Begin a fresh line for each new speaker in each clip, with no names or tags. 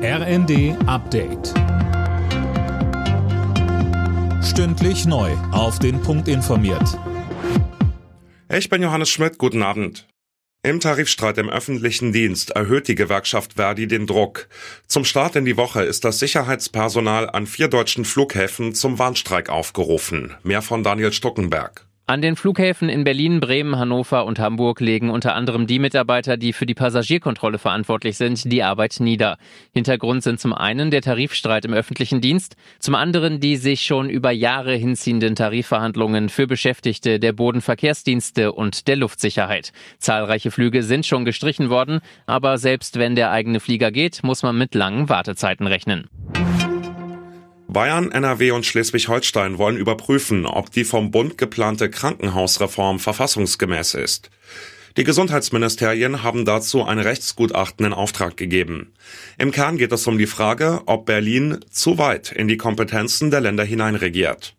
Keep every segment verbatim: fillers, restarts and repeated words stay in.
R N D Update. Stündlich neu auf den Punkt informiert.
Ich bin Johannes Schmidt, guten Abend. Im Tarifstreit im öffentlichen Dienst erhöht die Gewerkschaft Verdi den Druck. Zum Start in die Woche ist das Sicherheitspersonal an vier deutschen Flughäfen zum Warnstreik aufgerufen. Mehr von Daniel Stuckenberg.
An den Flughäfen in Berlin, Bremen, Hannover und Hamburg legen unter anderem die Mitarbeiter, die für die Passagierkontrolle verantwortlich sind, die Arbeit nieder. Hintergrund sind zum einen der Tarifstreit im öffentlichen Dienst, zum anderen die sich schon über Jahre hinziehenden Tarifverhandlungen für Beschäftigte der Bodenverkehrsdienste und der Luftsicherheit. Zahlreiche Flüge sind schon gestrichen worden, aber selbst wenn der eigene Flieger geht, muss man mit langen Wartezeiten rechnen.
Bayern, N R W und Schleswig-Holstein wollen überprüfen, ob die vom Bund geplante Krankenhausreform verfassungsgemäß ist. Die Gesundheitsministerien haben dazu ein Rechtsgutachten in Auftrag gegeben. Im Kern geht es um die Frage, ob Berlin zu weit in die Kompetenzen der Länder hineinregiert.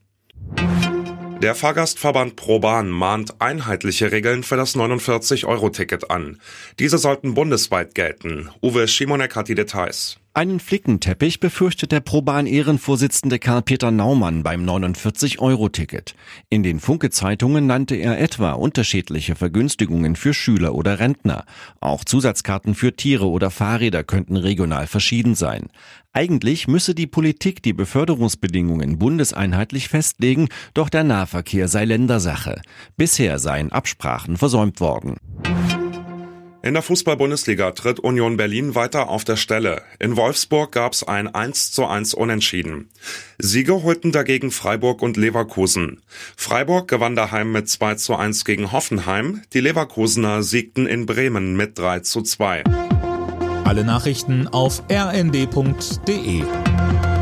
Der Fahrgastverband ProBahn mahnt einheitliche Regeln für das neunundvierzig Euro Ticket an. Diese sollten bundesweit gelten. Uwe Schimonek hat die Details.
Einen Flickenteppich befürchtet der ProBahn-Ehrenvorsitzende Karl-Peter Naumann beim neunundvierzig Euro Ticket. In den Funke-Zeitungen nannte er etwa unterschiedliche Vergünstigungen für Schüler oder Rentner. Auch Zusatzkarten für Tiere oder Fahrräder könnten regional verschieden sein. Eigentlich müsse die Politik die Beförderungsbedingungen bundeseinheitlich festlegen, doch der Nahverkehr sei Ländersache. Bisher seien Absprachen versäumt worden.
In der Fußball-Bundesliga tritt Union Berlin weiter auf der Stelle. In Wolfsburg gab's ein eins zu eins Unentschieden. Siege holten dagegen Freiburg und Leverkusen. Freiburg gewann daheim mit zwei zu eins gegen Hoffenheim. Die Leverkusener siegten in Bremen mit drei zu zwei.
Alle Nachrichten auf r n d punkt d e.